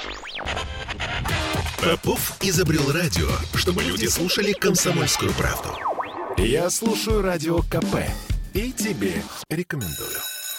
Попов изобрел радио, чтобы люди слушали «Комсомольскую правду». Я слушаю Радио КП и тебе рекомендую.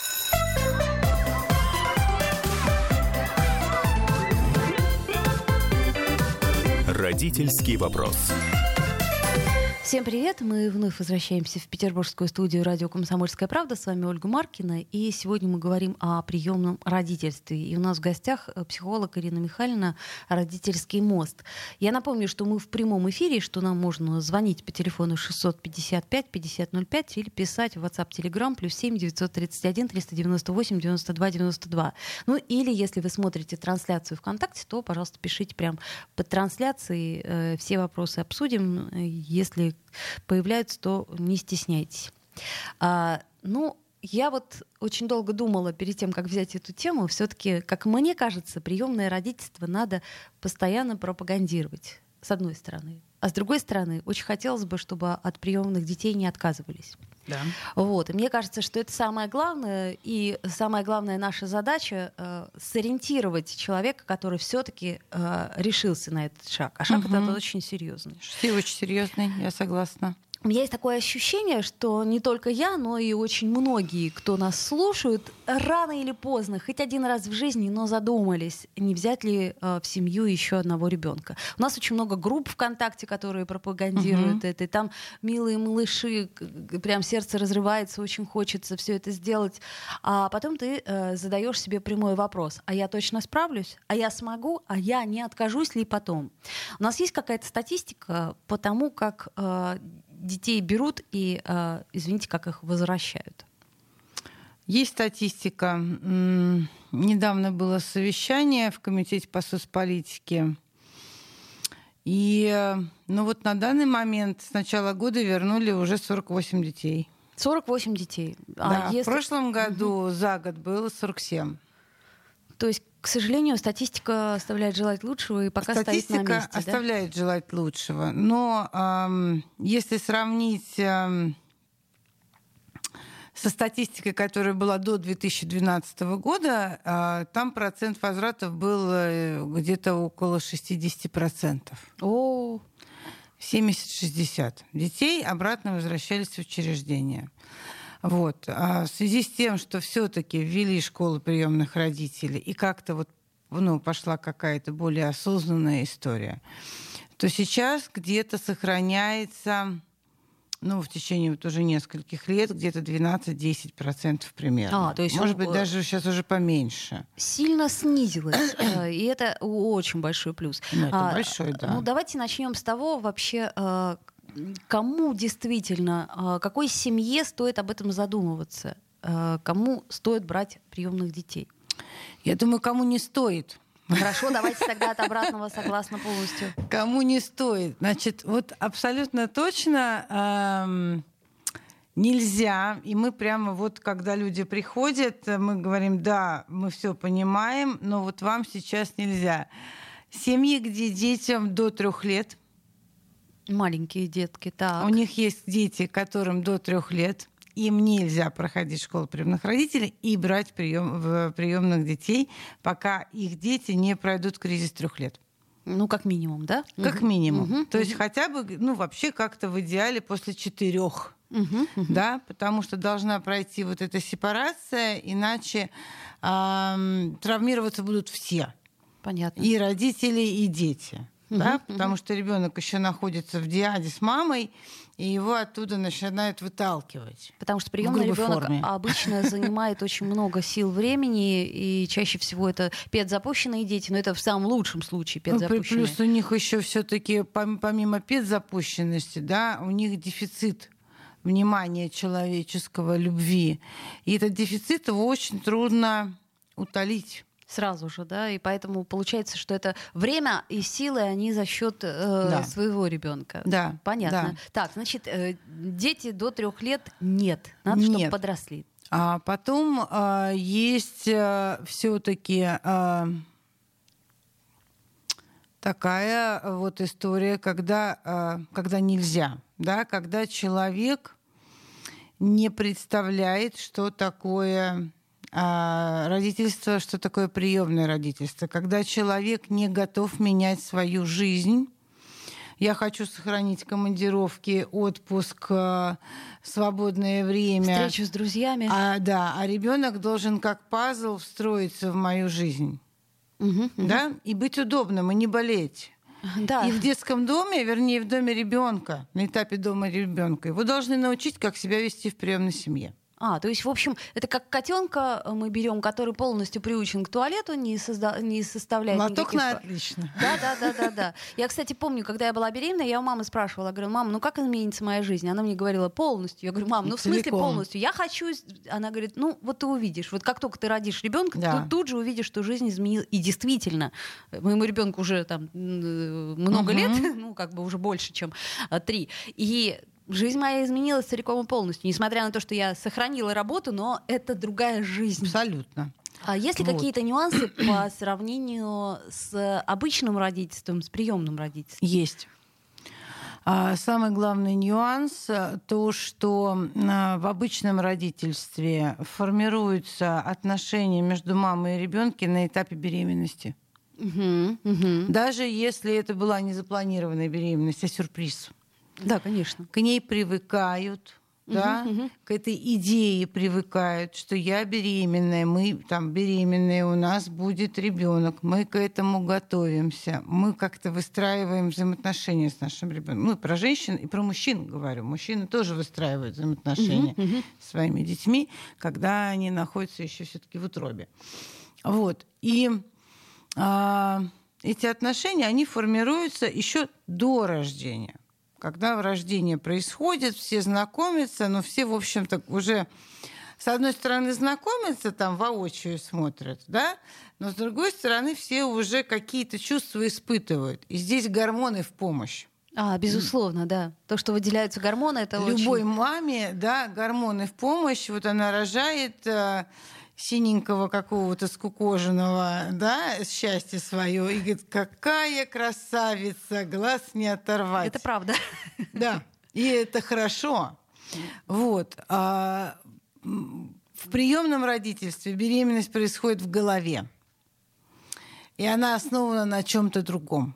Родительский вопрос. Всем привет! Мы вновь возвращаемся в петербургскую студию радио «Комсомольская правда». С вами Ольга Маркина. И сегодня мы говорим о приемном родительстве. И у нас в гостях психолог Ирина Михайловна, «Родительский мост». Я напомню, что мы в прямом эфире, что нам можно звонить по телефону 655-5005 или писать в WhatsApp, Telegram, +7 931 398 92 92. Ну или если вы смотрите трансляцию ВКонтакте, то, пожалуйста, пишите прямо под трансляцией. Все вопросы обсудим. Если появляются, то не стесняйтесь. Я вот очень долго думала перед тем, как взять эту тему. Все-таки, как мне кажется, приемное родительство надо постоянно пропагандировать, с одной стороны. А с другой стороны, очень хотелось бы, чтобы от приемных детей не отказывались. Да. Вот. И мне кажется, что это самое главное, и самая главная наша задача сориентировать человека, который все-таки решился на этот шаг. А шаг этот очень серьезный. Все очень серьезный, я согласна. У меня есть такое ощущение, что не только я, но и очень многие, кто нас слушают, рано или поздно, хоть один раз в жизни, но задумались, не взять ли в семью еще одного ребенка. У нас очень много групп ВКонтакте, которые пропагандируют это, и там милые малыши, прям сердце разрывается, очень хочется все это сделать. А потом ты задаешь себе прямой вопрос: а я точно справлюсь? А я смогу? А я не откажусь ли потом? У нас есть какая-то статистика по тому, как детей берут и, извините, как их возвращают? Есть статистика. Недавно было совещание в Комитете по соцполитике. И на данный момент с начала года вернули уже 48 детей. 48 детей? Да, в прошлом году за год было 47. То есть, к сожалению, статистика оставляет желать лучшего и пока стоит на месте. Статистика оставляет желать лучшего. Но если сравнить со статистикой, которая была до 2012 года, там процент возвратов был где-то около 60%. О, 70-60. Детей обратно возвращались в учреждения. Вот. А в связи с тем, что все-таки ввели школу приемных родителей и как-то пошла какая-то более осознанная история, то сейчас где-то сохраняется, в течение уже нескольких лет, где-то 12-10% примерно. То есть может быть, даже сейчас уже поменьше. Сильно снизилось. И это очень большой плюс. Это большой, да. Давайте начнем с того вообще, кому действительно, какой семье стоит об этом задумываться? Кому стоит брать приемных детей? Я думаю, кому не стоит. Хорошо, давайте тогда от обратного согласна полностью. Кому не стоит. Значит, абсолютно точно нельзя. И мы прямо когда люди приходят, мы говорим: да, мы все понимаем, но вам сейчас нельзя. Семьи, где детям до 3 лет. Маленькие детки, так. У них есть дети, которым до 3 лет. Им нельзя проходить школу приемных родителей и брать приемных детей, пока их дети не пройдут кризис 3 лет. Как минимум, да? Как минимум. То есть хотя бы, вообще как-то в идеале после 4. Да, потому что должна пройти эта сепарация, иначе травмироваться будут все. Понятно. И родители, и дети. Да, потому что ребенок еще находится в диаде с мамой, и его оттуда начинают выталкивать. Потому что приемный ребенок обычно занимает очень много сил, времени, и чаще всего это педзапущенные дети, но это в самом лучшем случае педзапущенные. Плюс у них еще все-таки, помимо педзапущенности, да, у них дефицит внимания человеческого, любви. И этот дефицит его очень трудно утолить. Сразу же, да, и поэтому получается, что это время и силы, они за счет своего ребенка. Да. Понятно. Да. Так, значит, дети до 3 лет нет, надо, чтобы подросли. А потом есть все-таки такая история, когда нельзя, да, когда человек не представляет, что такое родительство, что такое приемное родительство? Когда человек не готов менять свою жизнь. Я хочу сохранить командировки, отпуск, свободное время. Встречу с друзьями. А ребенок должен как пазл встроиться в мою жизнь. Да? И быть удобным, и не болеть. Да. И в детском доме, вернее, в доме ребенка, на этапе дома ребенка, его должны научить, как себя вести в приемной семье. То есть, в общем, это как котенка мы берем, который полностью приучен к туалету, не составляет Лоток никаких... на отлично. Да. Я, кстати, помню, когда я была беременна, я у мамы спрашивала, говорю, мама, ну как изменится моя жизнь? Она мне говорила, полностью. Я говорю, мам, ну в смысле полностью? Я хочу... Она говорит, ну вот ты увидишь. Вот как только ты родишь ребенка, ты тут же увидишь, что жизнь изменилась. И действительно, моему ребенку уже там много лет, ну как бы уже больше, чем 3. И жизнь моя изменилась целиком и полностью, несмотря на то, что я сохранила работу, но это другая жизнь. Абсолютно. А есть ли какие-то нюансы по сравнению с обычным родительством, с приемным родительством? Есть. Самый главный нюанс то, что в обычном родительстве формируются отношения между мамой и ребенком на этапе беременности. Даже если это была не запланированная беременность, а сюрприз. Да, конечно. К ней привыкают, да, к этой идее привыкают, что я беременная, мы там беременные, у нас будет ребенок, мы к этому готовимся, мы как-то выстраиваем взаимоотношения с нашим ребенком. Ну, про женщин и про мужчин говорю. Мужчины тоже выстраивают взаимоотношения с своими детьми, когда они находятся еще все-таки в утробе. Вот. И эти отношения, они формируются еще до рождения. Когда рождение происходит, все знакомятся, но все, в общем-то, уже, с одной стороны, знакомятся, там, воочию смотрят, да, но с другой стороны, все уже какие-то чувства испытывают. И здесь гормоны в помощь. Безусловно, да. То, что выделяются гормоны, это любой маме, да, гормоны в помощь. Вот она рожает синенького какого-то скукоженного, да, счастье свое, и говорит, какая красавица, глаз не оторвать. Это правда. Да, и это хорошо. Вот. В приемном родительстве беременность происходит в голове. И она основана на чем-то другом.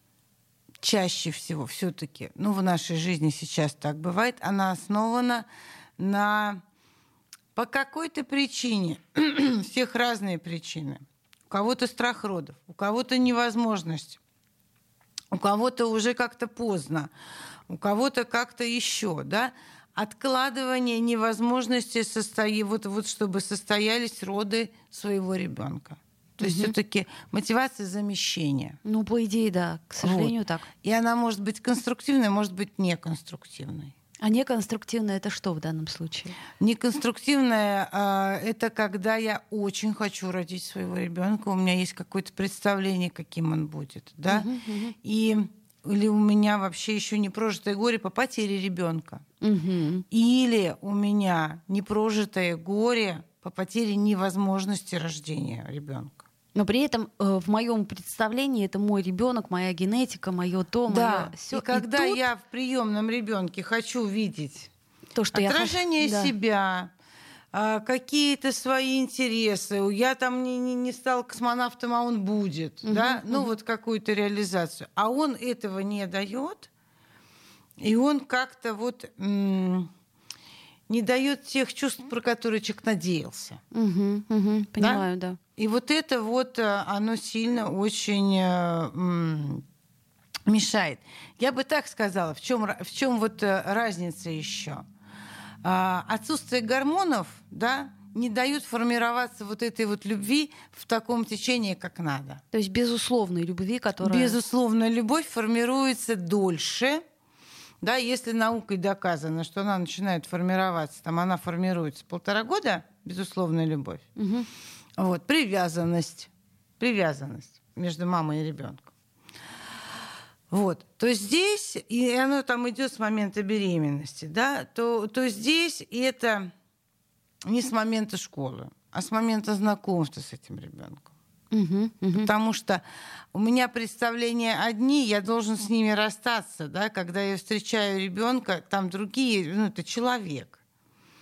Чаще всего все-таки, ну, в нашей жизни сейчас так бывает, она основана на... По какой-то причине, всех разные причины. У кого-то страх родов, у кого-то невозможность, у кого-то уже как-то поздно, у кого-то как-то еще, да? Откладывание невозможности вот чтобы состоялись роды своего ребенка. То есть все-таки мотивация замещения. Ну, по идее, да, к сожалению, так. И она может быть конструктивной, может быть неконструктивной. А неконструктивное — это что в данном случае? Неконструктивное это когда я очень хочу родить своего ребенка, у меня есть какое-то представление, каким он будет, да, или у меня вообще еще не прожитое горе по потере ребенка, или у меня не прожитое горе по потере невозможности рождения ребенка. Но при этом в моем представлении это мой ребенок, моя генетика, мое то, мое сё. И когда я в приемном ребенке хочу видеть то, что отражение себя, какие-то свои интересы, я там не стал космонавтом, а он будет, да, ну вот какую-то реализацию, а он этого не дает, и он как-то вот не дает тех чувств, про которые человек надеялся. Понимаю, да. И вот это вот, оно сильно очень мешает. Я бы так сказала, в чем вот разница еще? Отсутствие гормонов, да, не дают формироваться вот этой вот любви в таком течении, как надо. То есть безусловной любви, которая... Безусловная любовь формируется дольше. Да, если наукой доказано, что она начинает формироваться, там она формируется 1,5 года, безусловная любовь. Вот, привязанность между мамой и ребенком. Вот, то здесь, и оно там идет с момента беременности, да, то здесь это не с момента школы, а с момента знакомства с этим ребенком. Потому что у меня представления одни, я должен с ними расстаться, да, когда я встречаю ребенка, там другие, ну, это человек.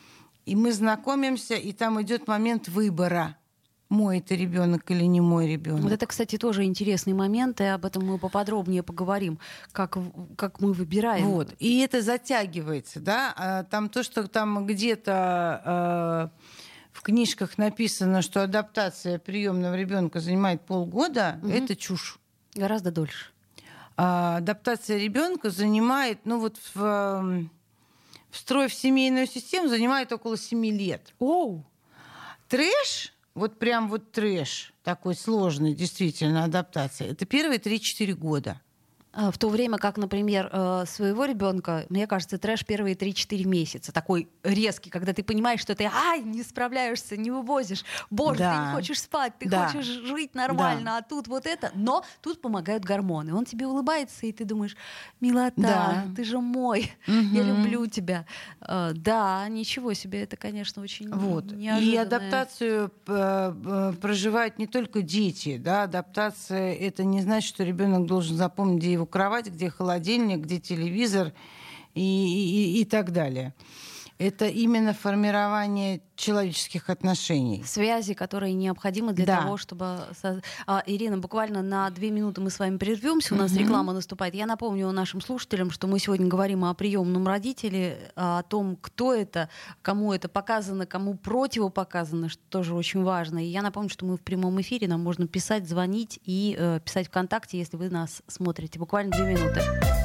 и мы знакомимся, и там идет момент выбора. Мой это ребенок или не мой ребенок. Вот это, кстати, тоже интересный момент, и об этом мы поподробнее поговорим, как мы выбираем. Вот. И это затягивается, да. Там то, что там где-то в книжках написано, что адаптация приемного ребенка занимает полгода, это чушь. Гораздо дольше. Адаптация ребенка занимает, встрой в семейную систему занимает около 7 лет. Оу! Трэш, трэш, такой сложный, действительно, адаптация, это первые 3-4 года. В то время как, например, своего ребенка, мне кажется, трэш первые 3-4 месяца. Такой резкий, когда ты понимаешь, что ты не справляешься, не вывозишь. Боже, ты не хочешь спать, ты хочешь жить нормально, а тут вот это. Но тут помогают гормоны. Он тебе улыбается, и ты думаешь: милота, ты же мой, я люблю тебя. Да, ничего себе, это, конечно, очень неожиданно. И адаптацию проживают не только дети. Да? Адаптация — это не значит, что ребенок должен запомнить, где его кровать, где холодильник, где телевизор и так далее. Это именно формирование человеческих отношений. Связи, которые необходимы для того, чтобы... Ирина, буквально на 2 минуты мы с вами прервемся, у нас реклама наступает. Я напомню нашим слушателям, что мы сегодня говорим о приемном родителе, о том, кто это, кому это показано, кому противопоказано, что тоже очень важно. И я напомню, что мы в прямом эфире, нам можно писать, звонить и писать ВКонтакте, если вы нас смотрите. Буквально 2 минуты.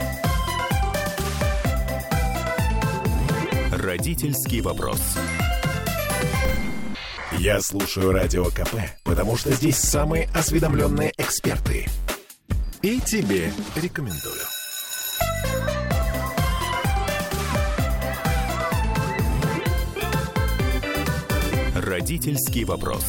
Родительский вопрос. Я слушаю Радио КП, потому что здесь самые осведомленные эксперты. И тебе рекомендую. Родительский вопрос.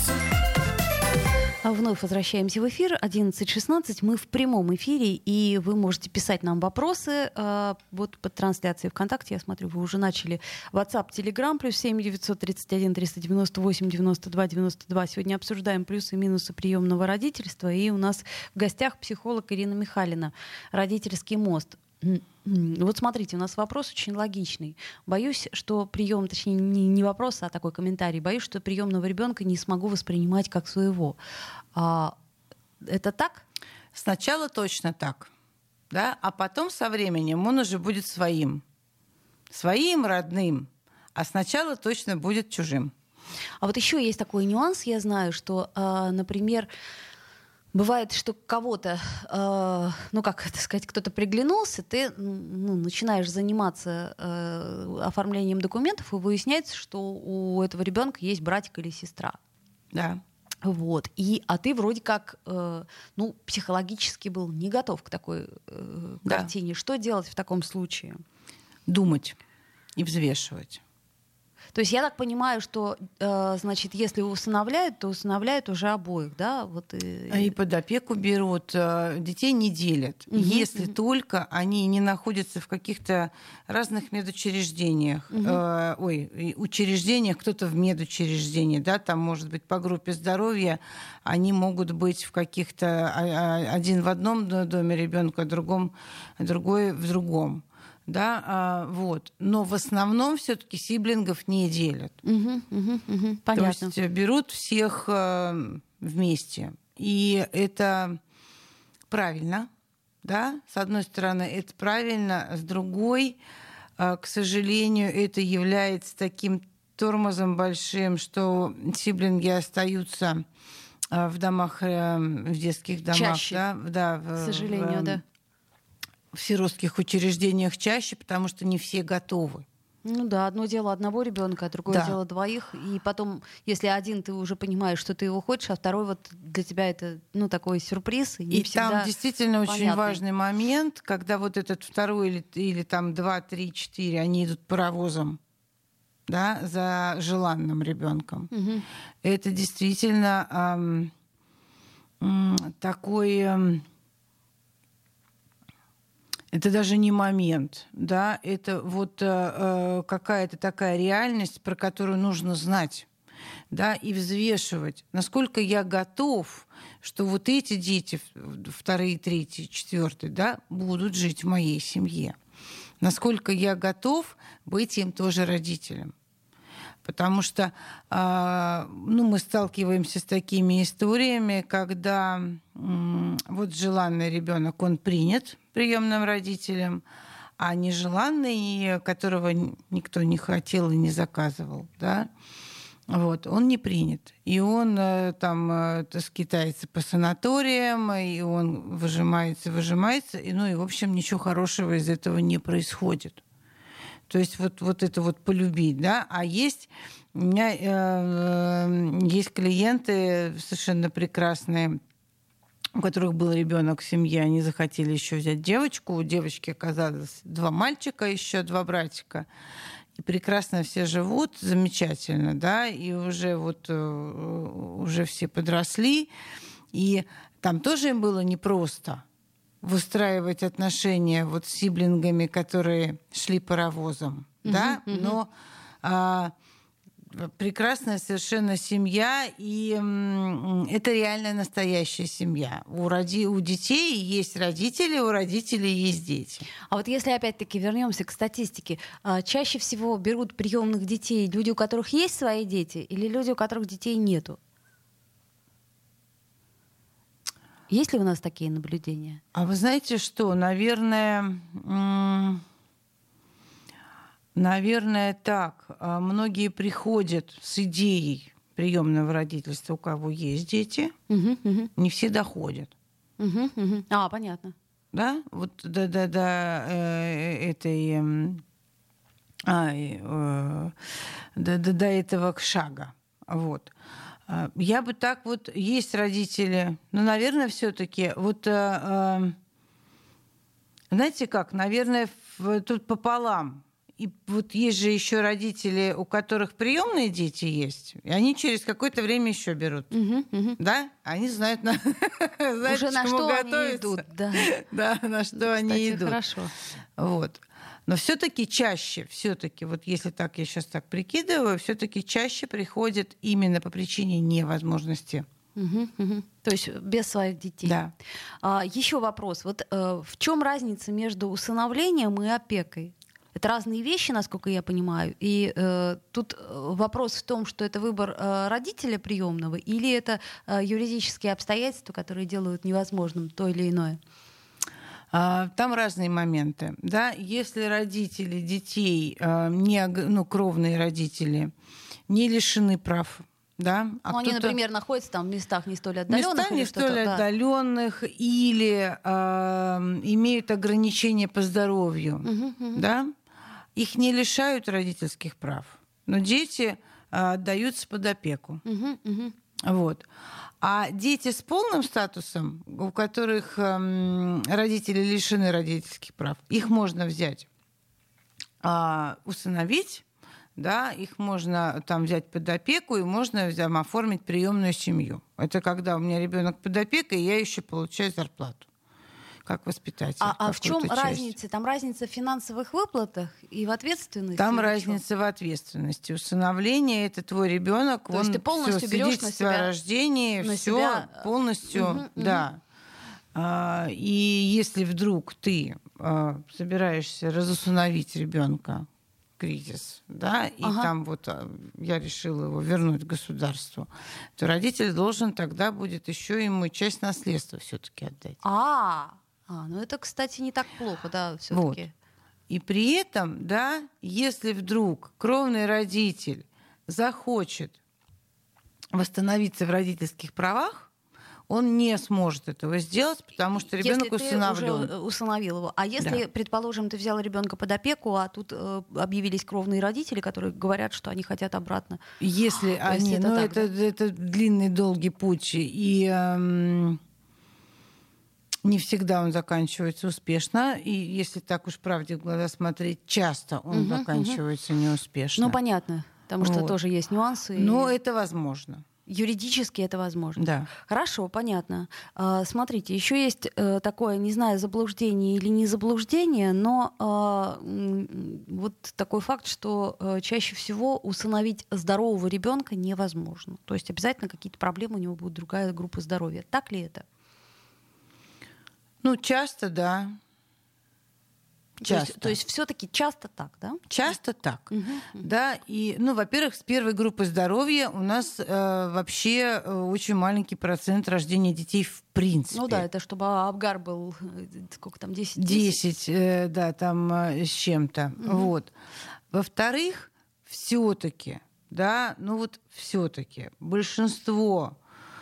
Вновь возвращаемся в эфир. 11:16. Мы в прямом эфире, и вы можете писать нам вопросы. Вот под трансляцией ВКонтакте, я смотрю, вы уже начали. WhatsApp, Telegram, +7 931 398 92 92. Сегодня обсуждаем плюсы и минусы приемного родительства. И у нас в гостях психолог Ирина Михалина. Родительский мост. Вот смотрите, у нас вопрос очень логичный. Боюсь, что прием, точнее, не вопрос, а такой комментарий. Боюсь, что приемного ребенка не смогу воспринимать как своего. Это так? Сначала точно так, да, а потом со временем он уже будет своим, родным, а сначала точно будет чужим. А вот еще есть такой нюанс, я знаю, что, например, бывает, что кого-то, как это сказать, кто-то приглянулся, ты начинаешь заниматься оформлением документов, и выясняется, что у этого ребенка есть братик или сестра. Да. Вот. А ты вроде как психологически был не готов к такой картине. Да. Что делать в таком случае? Думать и взвешивать. То есть я так понимаю, что, значит, если усыновляют, то усыновляют уже обоих, да? И под опеку берут, детей не делят, если только они не находятся в каких-то разных медучреждениях. Учреждениях, кто-то в медучреждении, да, там, может быть, по группе здоровья, они могут быть в каких-то... Один в одном доме ребенка, другой в другом. Да, вот. Но в основном все-таки сиблингов не делят. Понятно. То есть берут всех вместе. И это правильно, да, с одной стороны, это правильно, с другой, к сожалению, это является таким тормозом большим, что сиблинги остаются в домах, в детских домах. Чаще, да, к сожалению, да. В сиротских учреждениях чаще, потому что не все готовы. Ну да, одно дело одного ребенка, а другое дело двоих. И потом, если один ты уже понимаешь, что ты его хочешь, а второй вот для тебя это такой сюрприз. И там действительно очень важный момент, когда вот этот второй или там 2, 3, 4, они идут паровозом, да, за желанным ребенком. Это действительно такой... Это даже не момент, да, это вот какая-то такая реальность, про которую нужно знать, да, и взвешивать, насколько я готов, что вот эти дети, 2, 3, 4, да, будут жить в моей семье. Насколько я готов быть им тоже родителем. Потому что мы сталкиваемся с такими историями, когда вот желанный ребенок, он принят приемным родителем, а нежеланный, которого никто не хотел и не заказывал, да, вот, он не принят. И он там скитается по санаториям, и он выжимается, и, в общем, ничего хорошего из этого не происходит. То есть вот это вот полюбить, да. А у меня есть клиенты совершенно прекрасные, у которых был ребенок в семье, они захотели еще взять девочку. У девочки оказалось 2 мальчика, еще 2 братика. И прекрасно все живут, замечательно, да, и уже все подросли. И там тоже им было непросто выстраивать отношения вот с сиблингами, которые шли паровозом, да, но прекрасная совершенно семья, и это реально настоящая семья. У детей есть родители, у родителей есть дети. А вот если опять-таки вернемся к статистике, чаще всего берут приемных детей люди, у которых есть свои дети, или люди, у которых детей нету? Есть ли у нас такие наблюдения? А вы знаете что? Наверное, так. Многие приходят с идеей приемного родительства, у кого есть дети. Не все доходят. Понятно. Да? Вот до этого шага. Вот. Я бы так вот... Есть родители, но, наверное, все-таки... знаете как? Наверное, тут пополам. И вот есть же еще родители, у которых приемные дети есть, и они через какое-то время еще берут. Да? Они знают, уже на что они идут. Да, на что они идут. Хорошо. Вот. Но все-таки чаще, вот если так, я сейчас так прикидываю, все-таки чаще приходят именно по причине невозможности. То есть без своих детей. Да. Еще вопрос. Вот в чем разница между усыновлением и опекой? Это разные вещи, насколько я понимаю. И тут вопрос в том, что это выбор родителя приемного, или это юридические обстоятельства, которые делают невозможным то или иное? Там разные моменты. Да? Если родители детей, кровные родители, не лишены прав, да? Они, например, находятся там в местах не столь отдаленных. Отдаленных или имеют ограничения по здоровью, да? Их не лишают родительских прав, но дети отдаются под опеку. Вот. А дети с полным статусом, у которых родители лишены родительских прав, их можно взять, усыновить, да, их можно там взять под опеку, и можно оформить приемную семью. Это когда у меня ребенок под опекой, и я еще получаю зарплату как воспитатель. А в чем разница? Там разница в финансовых выплатах и в ответственности? Там разница в ответственности. Усыновление — это твой ребенок, он ты полностью берешь на себя, о рождении, все полностью, да. И если вдруг ты собираешься разусыновить ребенка, кризис, да, и там я решила его вернуть государству, то родитель должен тогда будет еще ему часть наследства все-таки отдать. Ну это, кстати, не так плохо, да, все-таки. Вот. И при этом, да, если вдруг кровный родитель захочет восстановиться в родительских правах, он не сможет этого сделать, потому что ребенок усыновлен. Если ты уже усыновил его. А если, предположим, ты взял ребенка под опеку, а тут объявились кровные родители, которые говорят, что они хотят обратно. Если они, это длинный, долгий путь, и не всегда он заканчивается успешно. И если так уж правде в глаза смотреть, часто он заканчивается неуспешно. Ну, понятно, потому что тоже есть нюансы. Но это возможно. Юридически это возможно. Да. Хорошо, понятно. Смотрите, еще есть такое, не знаю, заблуждение или не заблуждение, но вот такой факт, что чаще всего усыновить здорового ребенка невозможно. То есть обязательно какие-то проблемы у него будут, другая группа здоровья. Так ли это? Часто, да. Часто. То есть все-таки часто так, да? Часто так. Да, и, во-первых, с первой группы здоровья у нас вообще очень маленький процент рождения детей в принципе. Ну да, это чтобы Абгар был, сколько там, 10? 10, да, там с чем-то. Вот. Во-вторых, все-таки, да, все-таки большинство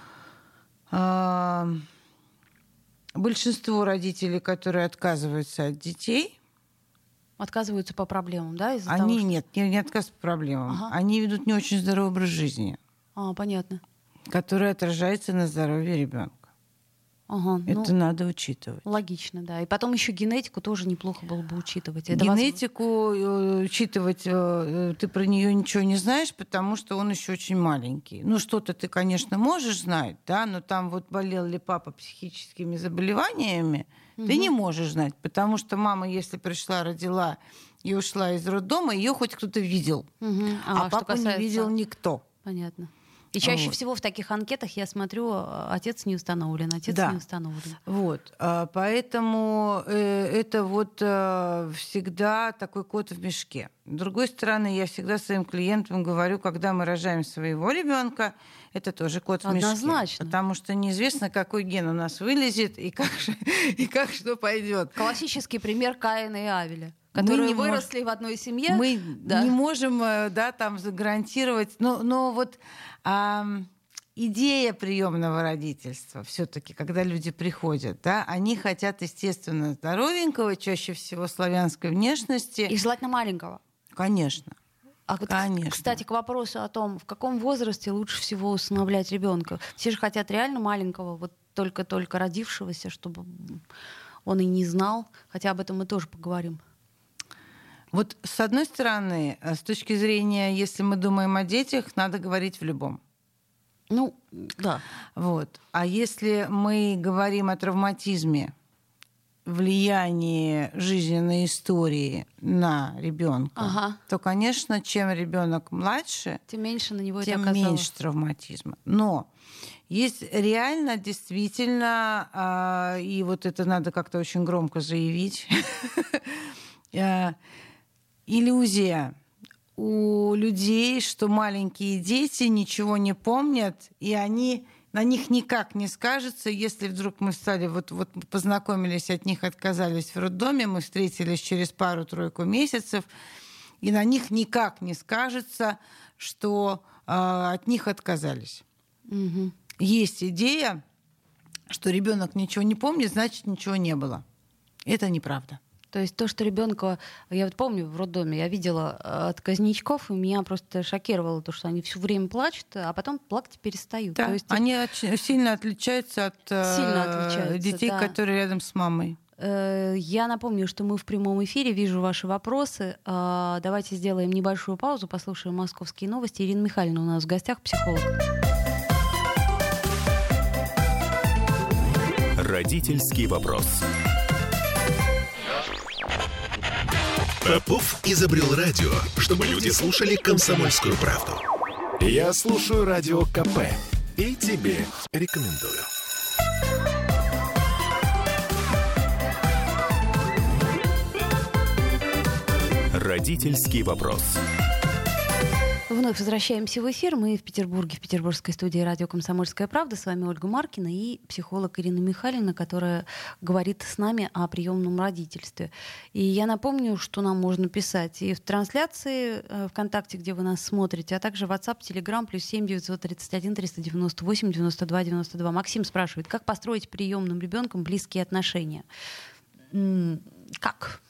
родителей, которые отказываются от детей, отказываются по проблемам, да? Нет, не отказываются по проблемам. Ага. Они ведут не очень здоровый образ жизни. Понятно. Который отражается на здоровье ребенка. Ага, это надо учитывать. Логично, да. И потом еще генетику тоже неплохо было бы учитывать. Генетику учитывать, ты про нее ничего не знаешь, потому что он еще очень маленький. Что-то ты, конечно, можешь знать, да, но там болел ли папа психическими заболеваниями, ты не можешь знать, потому что мама, если пришла, родила и ушла из роддома, ее хоть кто-то видел, а папу не видел никто. Понятно. И чаще всего в таких анкетах я смотрю, отец не установлен, не установлен. Поэтому это всегда такой кот в мешке. С другой стороны, я всегда своим клиентам говорю, когда мы рожаем своего ребенка, это тоже кот в мешке. Однозначно. Потому что неизвестно, какой ген у нас вылезет и как что пойдет. Классический пример Каина и Авеля, которые выросли в одной семье. Мы не можем там гарантировать. Но идея приемного родительства все-таки, когда люди приходят, да, они хотят, естественно, здоровенького, чаще всего славянской внешности. И желательно маленького. Конечно. Конечно. Кстати, к вопросу о том, в каком возрасте лучше всего усыновлять ребенка. Все же хотят реально маленького, только-только родившегося, чтобы он и не знал. Хотя об этом мы тоже поговорим. С одной стороны, с точки зрения, если мы думаем о детях, надо говорить в любом. Да. А если мы говорим о травматизме, влиянии жизненной истории на ребенка, то, конечно, чем ребенок младше, тем меньше на него тем меньше травматизма. Но есть реально, действительно, и это надо как-то очень громко заявить, иллюзия у людей, что маленькие дети ничего не помнят, и на них никак не скажется, если вдруг мы стали, познакомились, от них отказались в роддоме, мы встретились через пару-тройку месяцев, и на них никак не скажется, что от них отказались. Есть идея, что ребенок ничего не помнит, значит, ничего не было. Это неправда. То есть то, что ребенка, я помню в роддоме, я видела отказничков, и меня просто шокировало то, что они все время плачут, а потом плакать перестают. Да, то есть они сильно отличаются от детей, которые рядом с мамой. Я напомню, что мы в прямом эфире, вижу ваши вопросы. Давайте сделаем небольшую паузу, послушаем московские новости. Ирина Михайловна у нас в гостях, психолог. Родительский вопрос. Попов изобрел радио, чтобы люди слушали «Комсомольскую правду». Я слушаю радио КП и тебе рекомендую. Родительский вопрос. Вновь возвращаемся в эфир. Мы в Петербурге, в петербургской студии радио «Комсомольская правда». С вами Ольга Маркина и психолог Ирина Михайловна, которая говорит с нами о приемном родительстве. И я напомню, что нам можно писать и в трансляции ВКонтакте, где вы нас смотрите, а также WhatsApp, Telegram, +7 931 398 92 92. Максим спрашивает, как построить приемным ребенком близкие отношения? Как?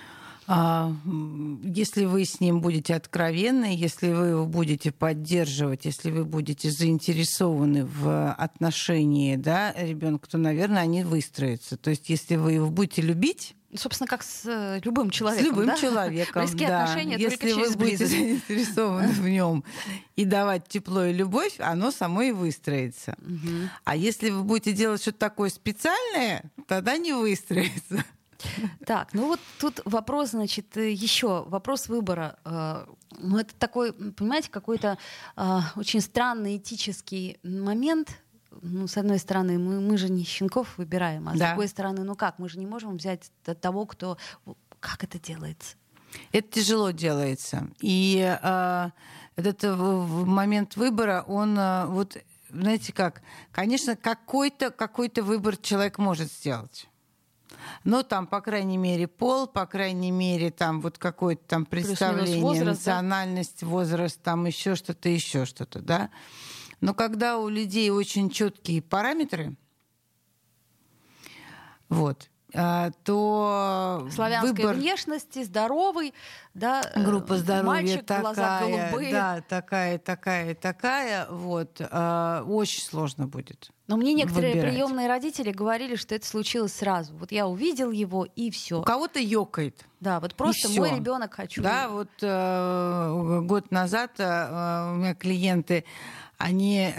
Если вы с ним будете откровенны, если вы его будете поддерживать, если вы будете заинтересованы в отношении, да, ребенка, то, наверное, они выстроятся. То есть, если вы его будете любить, собственно, как с любым человеком. С любым да? человеком, близкие да. отношения Если только через вы будете близость. заинтересованы в нем и давать тепло и любовь, оно само и выстроится. А если вы будете делать что-то такое специальное, тогда не выстроится. Так, тут вопрос, значит, еще вопрос выбора. Это такой, понимаете, какой-то очень странный этический момент. С одной стороны, мы же не щенков выбираем, а с другой стороны, как? Мы же не можем взять того, Как это делается? Это тяжело делается. И этот момент выбора, он вот, знаете как, конечно, какой-то выбор человек может сделать. Но там, по крайней мере, пол, по крайней мере, там вот какое-то там представление, возраст, национальность, да? Возраст, там еще что-то, да. Но когда у людей очень четкие параметры, вот, то славянской выбор... внешности, здоровый, да, группа здоровья мальчик, такая, глаза голубые. да, такая, вот, очень сложно будет. Но мне некоторые выбирать. приемные родители говорили, что это случилось сразу. Вот я увидел его, и все. У кого-то ёкает. Да, вот просто мой ребенок хочу. Да, вот год назад у меня клиенты, они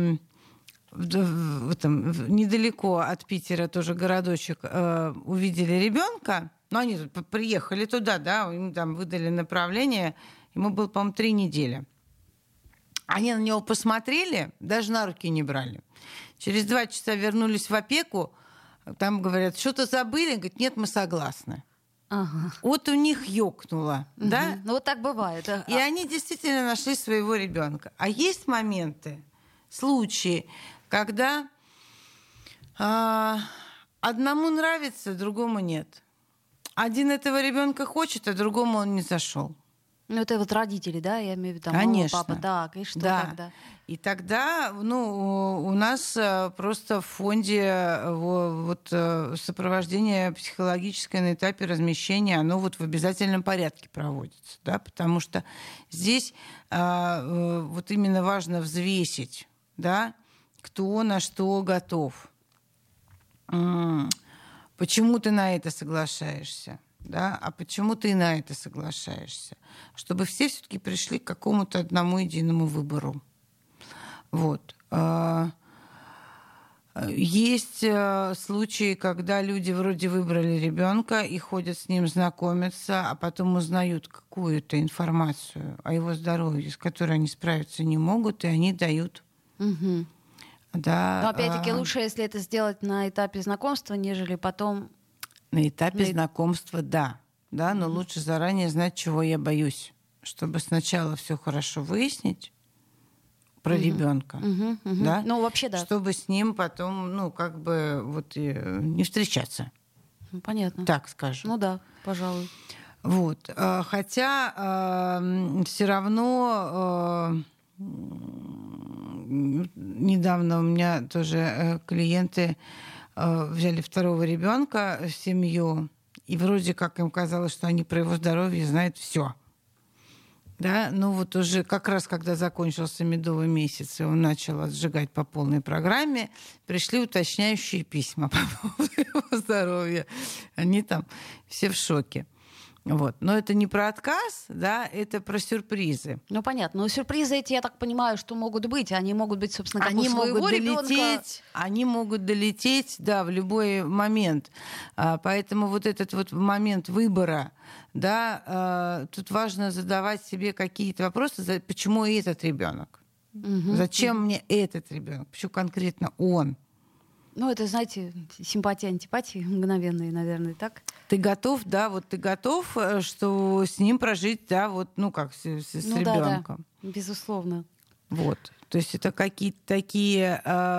недалеко от Питера, тоже городочек, увидели ребенка. Но они тут приехали туда, да, им там выдали направление. Ему было, по-моему, 3 недели. Они на него посмотрели, даже на руки не брали. Через 2 часа вернулись в опеку. Там говорят, что-то забыли? Говорят, нет, мы согласны. Ага. Вот у них ёкнуло, да? Ну вот так бывает. И они действительно нашли своего ребенка. А есть моменты, случаи, когда одному нравится, другому нет. Один этого ребенка хочет, а другому он не зашел. Ну, это вот родители, да, я имею в виду, там, конечно. мама, папа, так, и что да. тогда? И тогда, у нас просто в фонде вот сопровождение психологическое на этапе размещения, оно вот в обязательном порядке проводится, да, потому что здесь вот именно важно взвесить, да, кто на что готов. Почему ты на это соглашаешься? Да? А почему ты на это соглашаешься? Чтобы все все-таки пришли к какому-то одному единому выбору. Вот. Есть случаи, когда люди вроде выбрали ребенка и ходят с ним знакомиться, а потом узнают какую-то информацию о его здоровье, с которой они справиться не могут, и они дают. Угу. Да, но опять-таки лучше, если это сделать на этапе знакомства, нежели потом... На этапе знакомства, да, но лучше заранее знать, чего я боюсь, чтобы сначала все хорошо выяснить про ребенка, да? Ну, вообще, да. Чтобы с ним потом, вот не встречаться. Понятно. Так скажем. Ну да, пожалуй. Вот. Хотя все равно недавно у меня тоже клиенты взяли 2-го ребенка в семью, и вроде как им казалось, что они про его здоровье знают все. Да, ну вот уже как раз, когда закончился медовый месяц, и он начал отжигать по полной программе, пришли уточняющие письма по поводу его здоровья. Они там все в шоке. Вот. Но это не про отказ, да, это про сюрпризы. Ну, понятно. Но сюрпризы эти, я так понимаю, что могут быть. Они могут быть, собственно, как они у своего могут долететь, ребенка. Они могут долететь, да, в любой момент. Поэтому вот этот вот момент выбора, да, тут важно задавать себе какие-то вопросы, почему этот ребенок? Зачем мне этот ребенок? Почему конкретно он? Ну, это, знаете, симпатия, антипатия мгновенные, наверное, так? Ты готов, да, вот ты готов, что с ним прожить, да, вот, ну, как с ребенком. Да, безусловно. Вот. То есть это какие-то такие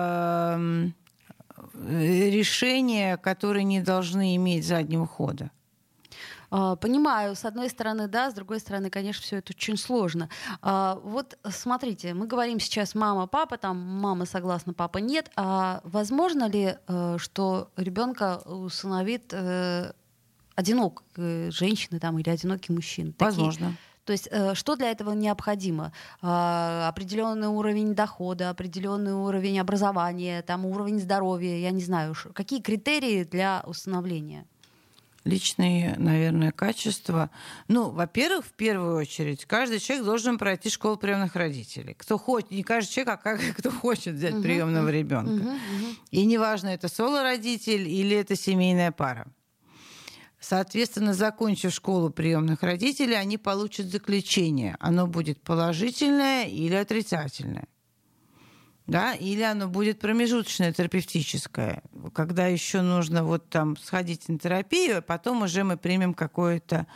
решения, которые не должны иметь заднего хода. Понимаю, с одной стороны, да, с другой стороны, конечно, все это очень сложно. Вот смотрите, мы говорим сейчас мама, папа, там мама согласна, папа нет. А возможно ли, что ребенка усыновит одинокая женщина там, или одинокий мужчина? Возможно. То есть что для этого необходимо? Определенный уровень дохода, определенный уровень образования, там, уровень здоровья, я не знаю. Какие критерии для усыновления? Личные, наверное, качества. Ну, во-первых, в первую очередь, каждый человек должен пройти школу приемных родителей. Кто хочет, не каждый человек, а кто хочет взять приемного ребенка. И неважно, это соло-родитель или это семейная пара. Соответственно, закончив школу приемных родителей, они получат заключение. Оно будет положительное или отрицательное. Да, или оно будет промежуточное, терапевтическое, когда еще нужно вот там сходить на терапию, а потом уже мы примем какое-то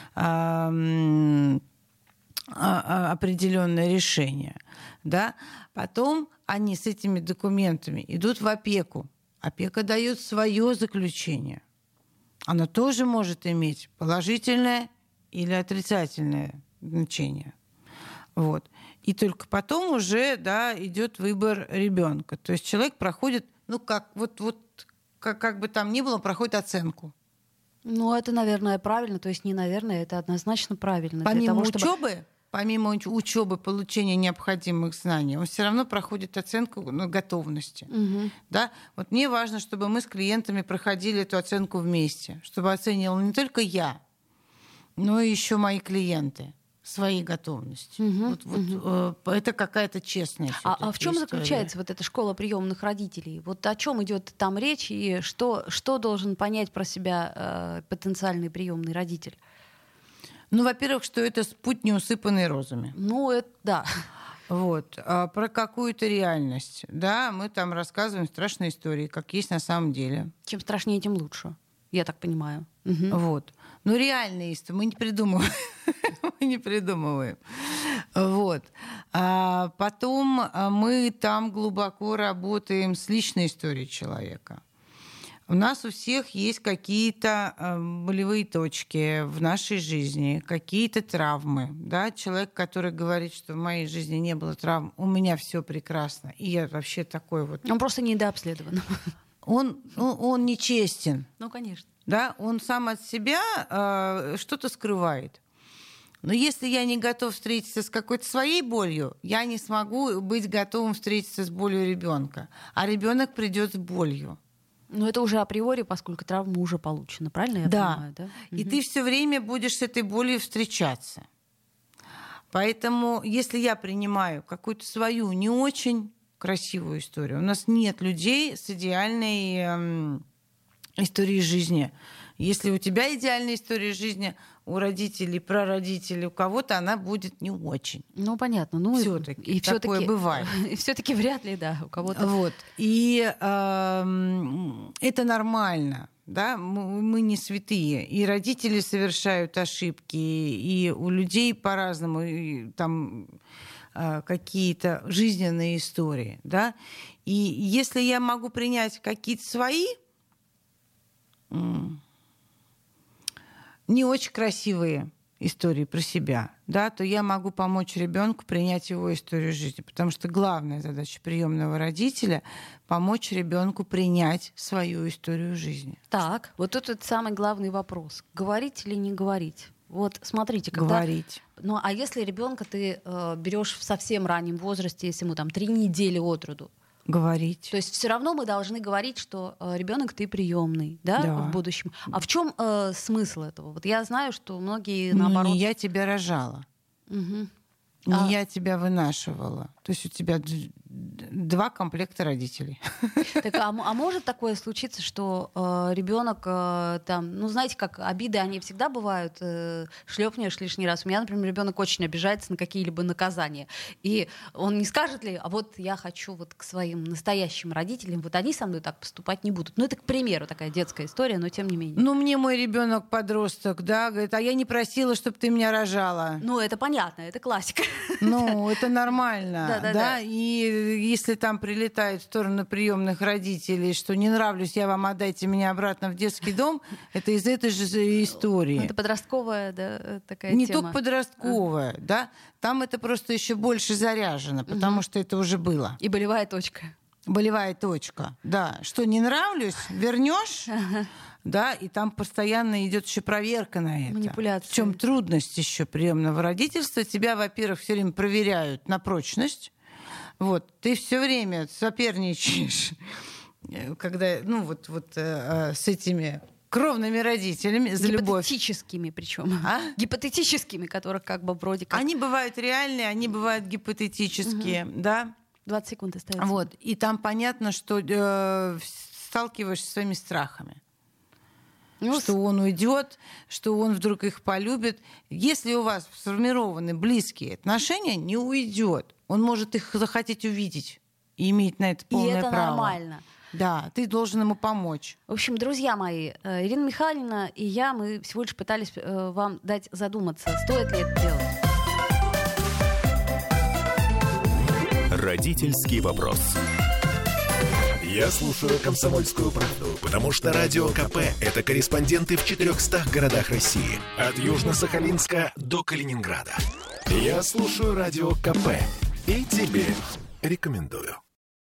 определенное решение. Да? Потом они с этими документами идут в опеку. Опека дает свое заключение. Оно тоже может иметь положительное или отрицательное значение. Вот. И только потом уже, да, идет выбор ребенка. То есть человек проходит, ну как бы там ни было, проходит оценку. Ну, это, наверное, правильно. То есть не наверное, это однозначно правильно. Помимо учебы, получения необходимых знаний, он все равно проходит оценку готовности. Угу. Да? Вот мне важно, чтобы мы с клиентами проходили эту оценку вместе, чтобы оценивал не только я, но и еще мои клиенты своей готовности. Это какая-то честная А в чем заключается вот эта школа приемных родителей? Вот о чем идет там речь и что должен понять про себя потенциальный приемный родитель? Ну, во-первых, что это путь, не усыпанный розами. Ну, это да. Вот. А про какую-то реальность. Да, мы там рассказываем страшные истории, как есть на самом деле. Чем страшнее, тем лучше, я так понимаю. Вот. Но реальные истории мы не придумываем. Мы не придумываем. Вот. А потом мы там глубоко работаем с личной историей человека. У нас у всех есть какие-то болевые точки в нашей жизни, какие-то травмы. Да? Человек, который говорит, что в моей жизни не было травм, у меня все прекрасно, и я вообще такой вот... Он просто недообследован. Он нечестен. Ну, конечно. Да? Он сам от себя что-то скрывает. Но если я не готов встретиться с какой-то своей болью, я не смогу быть готовым встретиться с болью ребенка. А ребенок придет с болью. Но это уже априори, поскольку травма уже получена, правильно я понимаю? Да. И ты все время будешь с этой болью встречаться. Поэтому, если я принимаю какую-то свою не очень красивую историю, у нас нет людей с идеальной историей жизни. Если у тебя идеальная история жизни, у родителей, прародителей, у кого-то она будет не очень. Ну, понятно. Ну, все-таки такое бывает. И все-таки вряд ли, да, у кого-то. Вот. И это нормально. Да? Мы не святые. И родители совершают ошибки, и у людей по-разному и там какие-то жизненные истории. Да? И если я могу принять какие-то свои не очень красивые истории про себя, да, то я могу помочь ребенку принять его историю жизни. Потому что главная задача приемного родителя — помочь ребенку принять свою историю жизни. Так, вот тут самый главный вопрос. Говорить или не говорить? Вот смотрите, когда... Говорить. Ну, а если ребенка ты берешь в совсем раннем возрасте, если ему там 3 недели от роду, говорить. То есть все равно мы должны говорить, что ребенок ты приемный, да, в будущем. А в чем смысл этого? Вот я знаю, что многие наоборот. Не я тебя рожала, не я тебя вынашивала. То есть у тебя 2 комплекта родителей. Так, а может такое случиться, что ребенок там, ну знаете, как обиды, они всегда бывают, шлепнешь лишний раз. У меня, например, ребенок очень обижается на какие-либо наказания, и он не скажет ли, а вот я хочу вот к своим настоящим родителям, вот они со мной так поступать не будут. Ну это, к примеру, такая детская история, но тем не менее. Ну мне мой ребенок подросток, да, говорит, а я не просила, чтобы ты меня рожала. Ну это понятно, это классика. Ну это нормально, да. И если там прилетает в сторону приемных родителей, что не нравлюсь, я вам отдайте меня обратно в детский дом, это из этой же истории. Это подростковая, да, такая не тема. Не только подростковая, да, там это просто еще больше заряжено, потому что это уже было. И болевая точка. Болевая точка, да. Что не нравлюсь, вернешь, да, и там постоянно идет еще проверка на это. Манипуляция. В чем трудность еще приемного родительства? Тебя, во-первых, все время проверяют на прочность. Вот, ты все время соперничаешь, когда, ну вот с этими кровными родителями за любовь. Гипотетическими причем. Гипотетическими, которых как бы вроде как. Они бывают реальные, они бывают гипотетические, да. 20 секунд остается. Вот, и там понятно, что сталкиваешься с своими страхами. Что он уйдет, что он вдруг их полюбит. Если у вас сформированы близкие отношения, не уйдет. Он может их захотеть увидеть. и имеет на это полное право. И это нормально. Да, ты должен ему помочь. В общем, друзья мои, Ирина Михайловна и я, мы всего лишь пытались вам дать задуматься, стоит ли это делать. Родительский вопрос. Я слушаю «Комсомольскую правду», потому что Радио КП – это корреспонденты в 400 городах России. От Южно-Сахалинска до Калининграда. Я слушаю Радио КП и тебе рекомендую.